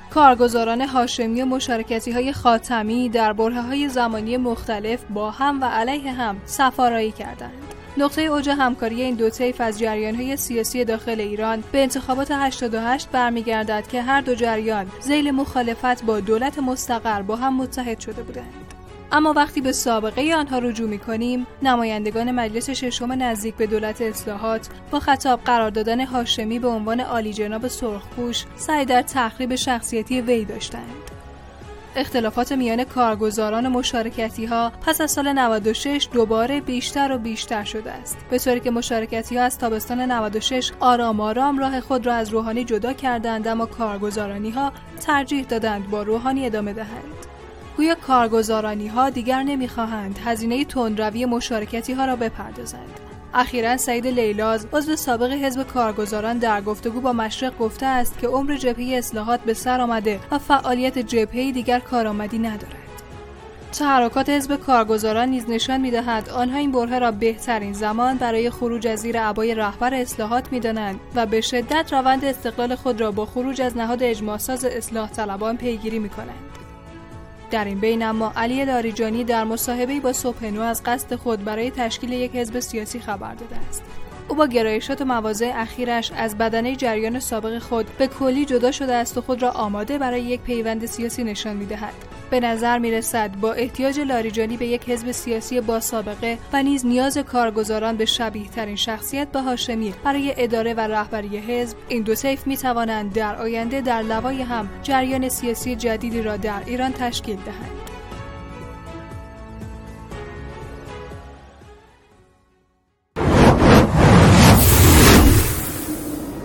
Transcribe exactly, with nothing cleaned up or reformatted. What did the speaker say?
کارگزاران هاشمی و مشارکتی‌های خاتمی در برهه‌های زمانی مختلف با هم و علیه هم صف‌آرایی کردند. نقطه اوج همکاری این دو طیف از جریان‌های سیاسی داخل ایران به انتخابات هشتاد و هشت برمیگردد که هر دو جریان ذیل مخالفت با دولت مستقر با هم متحد شده بودند. اما وقتی به سابقه آنها رجوع می‌کنیم، نمایندگان مجلس ششم نزدیک به دولت اصلاحات با خطاب قرار دادن هاشمی به عنوان عالی‌جناب سرخپوش سعی در تخریب شخصیتی وی داشتند. اختلافات میان کارگزاران و مشارکتی‌ها پس از سال نود و شش دوباره بیشتر و بیشتر شده است، به طوری که مشارکتی‌ها از تابستان نود و شش آرام آرام راه خود را از روحانی جدا کردند، اما کارگزارانی‌ها ترجیح دادند با روحانی ادامه دهند. گویا کارگزارانی‌ها دیگر نمی‌خواهند هزینه تندروی مشارکتی‌ها را بپردازند. اخیراً سعید لیلاز عضو سابق حزب کارگزاران در گفتگو با مشرق گفته است که عمر جبهه اصلاحات به سر آمده و فعالیت جبهه‌ای دیگر کارآمدی ندارد. تحرکات حزب کارگزاران نیز نشان می‌دهد آنها این برهه را بهترین زمان برای خروج از زیر عبای رهبر اصلاحات می‌دانند و به شدت روند استقلال خود را با خروج از نهاد اجماع‌ساز اصلاح طلبان پیگیری می‌کنند. در این بین اما علی لاریجانی در مصاحبه‌ای با صبح نو از قصد خود برای تشکیل یک حزب سیاسی خبر داده است. او با گرایشات و مواضع اخیرش از بدنه جریان سابق خود به کلی جدا شده است و خود را آماده برای یک پیوند سیاسی نشان می‌دهد. به نظر می‌رسد با احتیاج لاریجانی به یک حزب سیاسی با سابقه و نیز نیاز کارگزاران به شبیه‌ترین شخصیت به هاشمی برای اداره و رهبری حزب، این دو طیف می‌توانند در آینده در لوای هم جریان سیاسی جدیدی را در ایران تشکیل دهند.